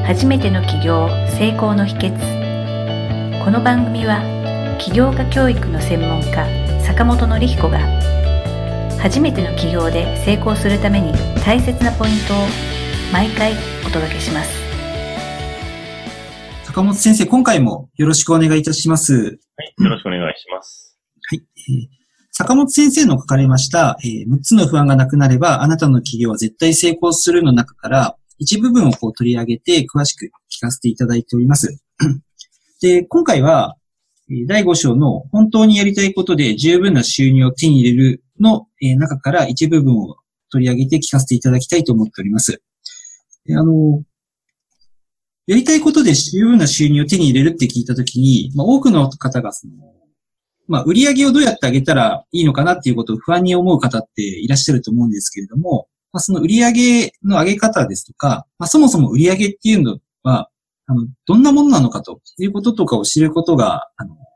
初めての起業成功の秘訣。この番組は起業家教育の専門家坂本典彦が初めての起業で成功するために大切なポイントを毎回お届けします。 坂本先生、今回もよろしくお願いいたします。 はい、よろしくお願いします。 はい。坂本先生の書かれました、6つの不安がなくなればあなたの起業は絶対成功するの中から一部分を取り上げて詳しく聞かせていただいております。で、今回は第5章の本当にやりたいことで十分な収入を手に入れるの中から一部分を取り上げて聞かせていただきたいと思っております。やりたいことで十分な収入を手に入れるって聞いたときに、多くの方が売り上げをどうやって上げたらいいのかなっていうことを不安に思う方っていらっしゃると思うんですけれども、その売り上げの上げ方ですとか、そもそも売り上げっていうのは、どんなものなのかということとかを知ることが、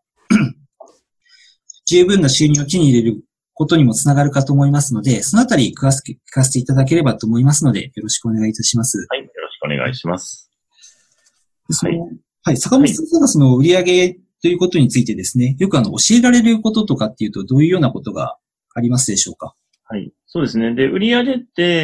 十分な収入を手に入れることにもつながるかと思いますので、そのあたり詳しく聞かせていただければと思いますので、よろしくお願いいたします。 はい、よろしくお願いします。 はい、坂本先生がその売り上げということについてですね、よく教えられることとかっていうと、どういうようなことがありますでしょうか？ はい。そうですね。で、売上って、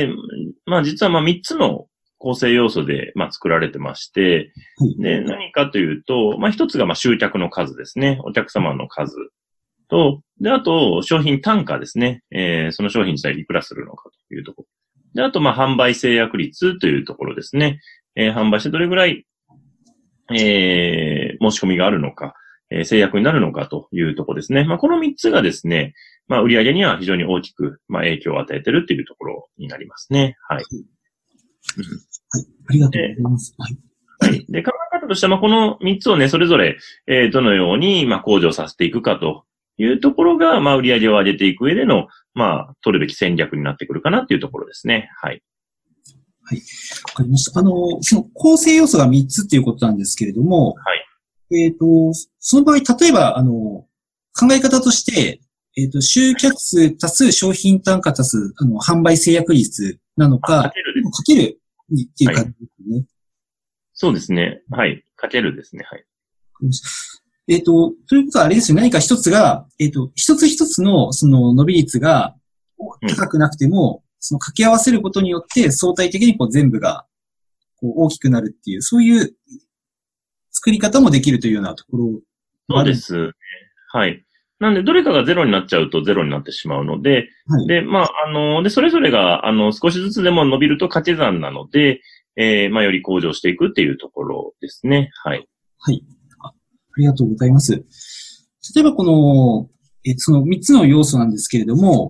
実は3つの構成要素で、作られてまして、で、何かというと、一つが集客の数ですね。お客様の数と、で、あと、商品単価ですね。その商品自体いくらするのかというところ。で、あと、販売制約率というところですね。販売してどれぐらい、申し込みがあるのか、制約になるのかというところですね。この3つがですね、売上には非常に大きく、影響を与えているというところになりますね。はい。 はい。ありがとうございます。はい。 はい。で、考え方としては、この3つをね、それぞれ、どのように、向上させていくかというところが、売上を上げていく上での、取るべき戦略になってくるかなというところですね。はい。 はい。わかりました。その構成要素が3つっていうことなんですけれども、 はい。 その場合、例えば、考え方として、集客数足す商品単価足す、販売制約率なのか、かけるっていう感じですね。 そうですね。はい。かけるですね。はい。 ということはあれですよ。何か一つが、一つ一つのその伸び率が高くなくても、その掛け合わせることによって相対的に全部が大きくなるっていう、そういう作り方もできるというようなところ。 そうです。はい。なんで、どれかがゼロになっちゃうとゼロになってしまうので、はい、で、で、それぞれが、少しずつでも伸びると掛け算なので、より向上していくっていうところですね。はい。 はい。ありがとうございます。例えばその3つの要素なんですけれども、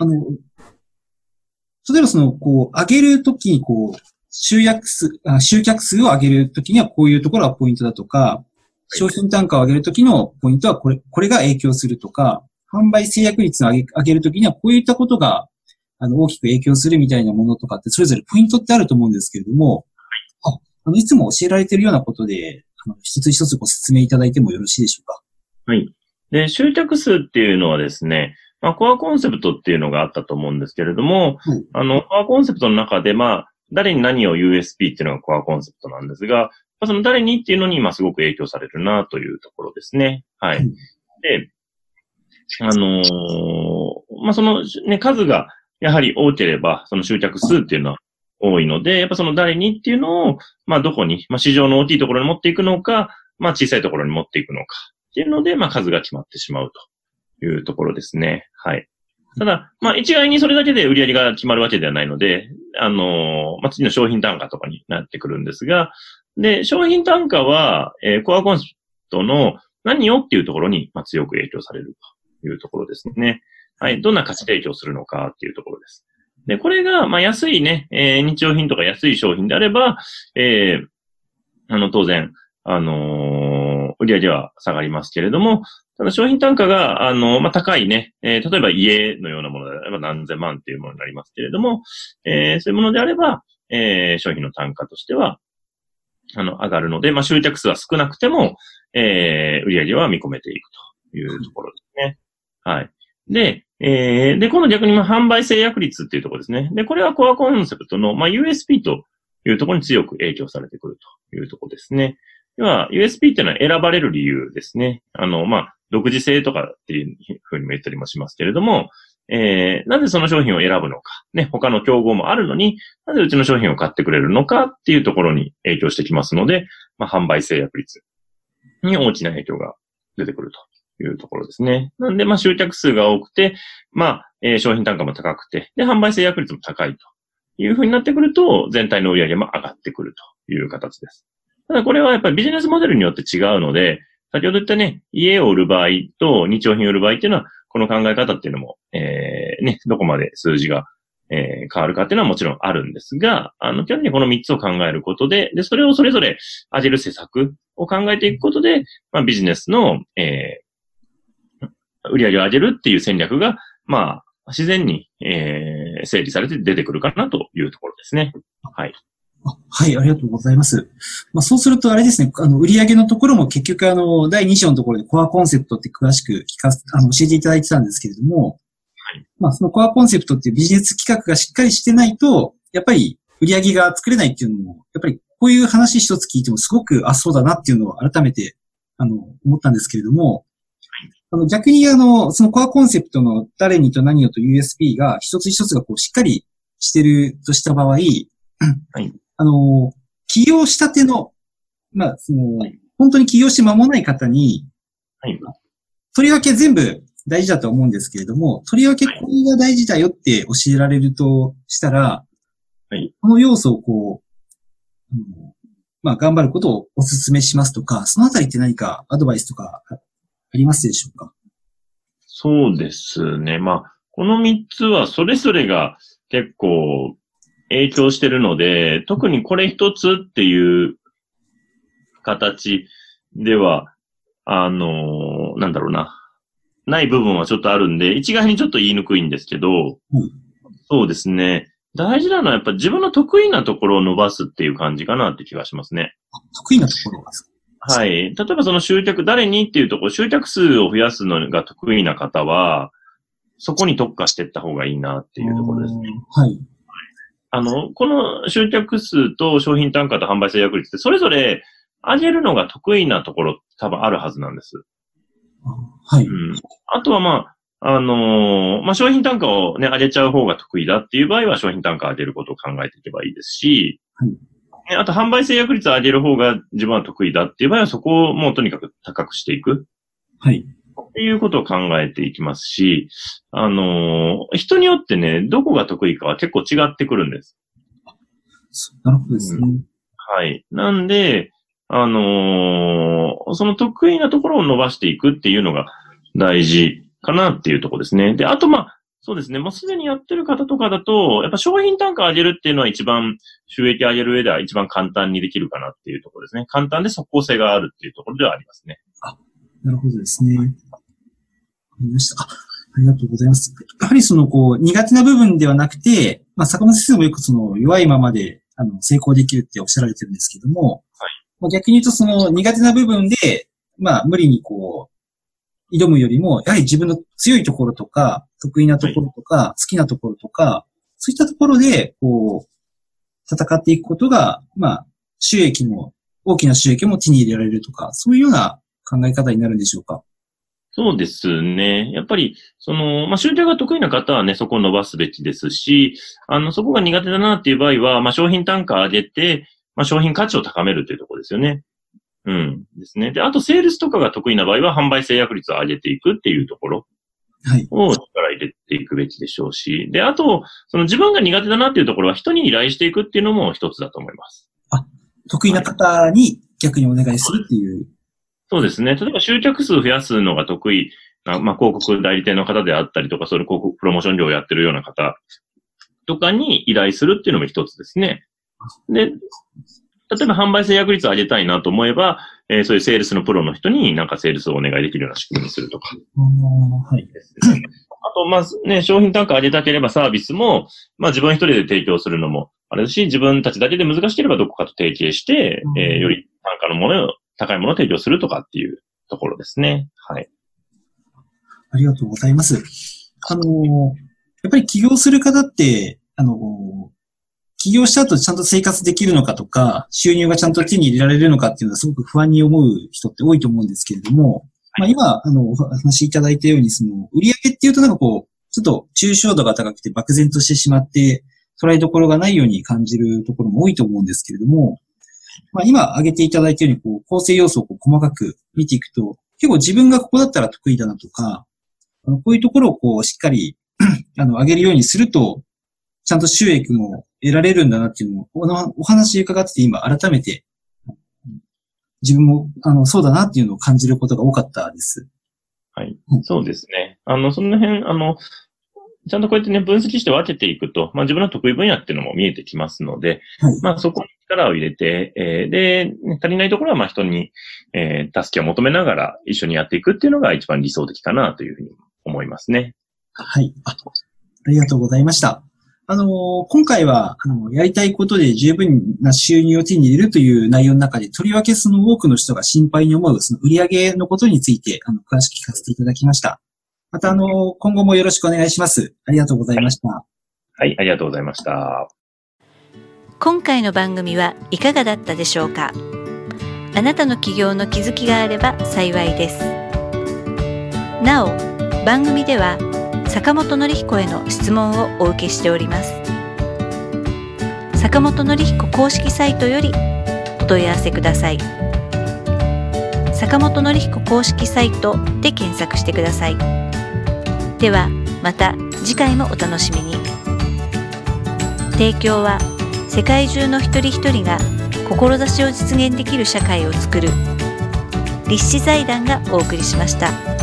例えば上げるときに集客数を上げるときにはこういうところがポイントだとか、商品単価を上げるときのポイントはこれが影響するとか、販売制約率を上げるときにはこういったことが、大きく影響するみたいなものとかって、それぞれポイントってあると思うんですけれども、いつも教えられているようなことで、一つ一つご説明いただいてもよろしいでしょうか？ はい。で、集客数っていうのはですね、コアコンセプトっていうのがあったと思うんですけれども、コアコンセプトの中で、誰に何を USP っていうのがコアコンセプトなんですが、その誰にっていうのにすごく影響されるなというところですね。はい。で、そのね、数がやはり多ければ、その集客数っていうのは多いので、やっぱその誰にっていうのを、どこに、市場の大きいところに持っていくのか、小さいところに持っていくのかっていうので、数が決まってしまうというところですね。はい。ただ、一概にそれだけで売り上げが決まるわけではないので、次の商品単価とかになってくるんですが、で、商品単価は、コアコンセプトの何をっていうところに、強く影響されるというところですね。はい。どんな価値提供するのかっていうところです。で、これが、安いね、日用品とか安い商品であれば、当然、売り上げは下がりますけれども、ただ商品単価が、高いね、例えば家のようなものであれば何千万っていうものになりますけれども、そういうものであれば、商品の単価としては、上がるので、集客数は少なくても、売り上げは見込めていくというところですね。はい。で、今度逆に販売制約率っていうところですね。で、これはコアコンセプトの、USP というところに強く影響されてくるというところですね。では、USP っていうのは選ばれる理由ですね。独自性とかっていうふうにも言ったりもしますけれども、なぜその商品を選ぶのか。ね、他の競合もあるのに、なぜうちの商品を買ってくれるのかっていうところに影響してきますので、販売制約率に大きな影響が出てくるというところですね。なんで、集客数が多くて、商品単価も高くて、で、販売制約率も高いというふうになってくると、全体の売り上げも上がってくるという形です。ただこれはやっぱりビジネスモデルによって違うので、先ほど言ったね、家を売る場合と日用品を売る場合っていうのは、この考え方っていうのも、どこまで数字が、変わるかっていうのはもちろんあるんですが、基本的にこの3つを考えることで、それをそれぞれ上げる施策を考えていくことで、ビジネスの、売り上げを上げるっていう戦略が、自然に、整理されて出てくるかなというところですね。はい。 はい、ありがとうございます。そうするとあれですね、売上のところも結局第2章のところでコアコンセプトって詳しく教えていただいてたんですけれども、はい。そのコアコンセプトっていうビジネス企画がしっかりしてないと、やっぱり売上が作れないっていうのも、やっぱりこういう話一つ聞いてもすごくそうだなっていうのを改めて、思ったんですけれども、はい。逆にそのコアコンセプトの誰にと何をと USP が一つ一つがしっかりしてるとした場合、はい。起業したての、本当に起業して間もない方に、はい。とりわけ全部大事だと思うんですけれども、とりわけこれが大事だよって教えられるとしたら、はい。この要素を頑張ることをお勧めしますとか、そのあたりって何かアドバイスとかありますでしょうか？ そうですね。この3つはそれぞれが結構、影響してるので、特にこれ一つっていう形では、ない部分はちょっとあるんで、一概にちょっと言いにくいんですけど、そうですね。大事なのはやっぱ自分の得意なところを伸ばすっていう感じかなって気がしますね。 得意なところですか？ はい。例えばその誰にっていうところ、集客数を増やすのが得意な方は、そこに特化していった方がいいなっていうところですね。 はい。 この集客数と商品単価と販売制約率ってそれぞれ上げるのが得意なところ多分あるはずなんです。 はい。 あとは商品単価をね、上げちゃう方が得意だっていう場合は商品単価を上げることを考えていけばいいですし、はい。あと販売制約率を上げる方が自分は得意だっていう場合はそこをもうとにかく高くしていく。はい。っていうことを考えていきますし、人によってね、どこが得意かは結構違ってくるんです。 なるほどですね。 はい。なんで、その得意なところを伸ばしていくっていうのが大事かなっていうところですね。で、あとそうですね、もうすでにやってる方とかだと、やっぱ商品単価上げるっていうのは一番収益上げる上では一番簡単にできるかなっていうところですね。簡単で即効性があるっていうところではありますね。 なるほどですね。わかりました。ありがとうございます。やはり苦手な部分ではなくて、坂本先生もよく弱いままで、成功できるっておっしゃられてるんですけども、はい。逆に言うと苦手な部分で、無理に挑むよりも、やはり自分の強いところとか、得意なところとか、はい、好きなところとか、そういったところで、戦っていくことが、大きな収益も手に入れられるとか、そういうような考え方になるんでしょうか？ そうですね。やっぱり、集客が得意な方はね、そこを伸ばすべきですし、そこが苦手だなっていう場合は、商品単価を上げて、商品価値を高めるというところですよね。ですね。で、あと、セールスとかが得意な場合は、販売制約率を上げていくっていうところを力入れていくべきでしょうし、で、あと、自分が苦手だなっていうところは人に依頼していくっていうのも一つだと思います。 得意な方に逆にお願いするっていう。 そうですね。例えば集客数を増やすのが得意な、広告代理店の方であったりとか、そういう広告プロモーション業をやってるような方とかに依頼するっていうのも一つですね。で、例えば販売制約率を上げたいなと思えば、そういうセールスのプロの人にセールスをお願いできるような仕組みにするとか。 はい。 あと、商品単価上げたければサービスも、自分一人で提供するのもあるし、自分たちだけで難しければどこかと提携して、より単価の高いものを提供するとかっていうところですね。はい。 ありがとうございます。やっぱり起業する方って、 起業した後ちゃんと生活できるのかとか、収入がちゃんと手に入れられるのかっていうのはすごく不安に思う人って多いと思うんですけれども、今、お話しいただいたように、売上っていうとちょっと抽象度が高くて漠然としてしまって、捉えどころがないように感じるところも多いと思うんですけれども、今挙げていただいたように、構成要素を細かく見ていくと、結構自分がここだったら得意だなとか、こういうところをしっかり上げるようにすると、ちゃんと収益も得られるんだなっていうのを、お話伺ってて今改めて、自分もそうだなっていうのを感じることが多かったです。 はい。そうですね。その辺、ちゃんとこうやってね、分析して分けていくと、自分の得意分野っていうのも見えてきますので、はい、そこに力を入れて、で、足りないところは人に、助けを求めながら一緒にやっていくっていうのが一番理想的かなというふうに思いますね。 はい。ありがとうございました。今回は、やりたいことで十分な収入を手に入れるという内容の中で、とりわけ多くの人が心配に思う売上のことについて、詳しく聞かせていただきました。また、今後もよろしくお願いします。ありがとうございました。 はい、ありがとうございました。 今回の番組はいかがだったでしょうか。あなたの起業の気づきがあれば幸いです。なお、番組では坂本典彦への質問をお受けしております。坂本典彦公式サイトよりお問い合わせください。坂本典彦公式サイトで検索してください。ではまた次回もお楽しみに。提供は世界中の一人一人が志を実現できる社会をつくる立志財団がお送りしました。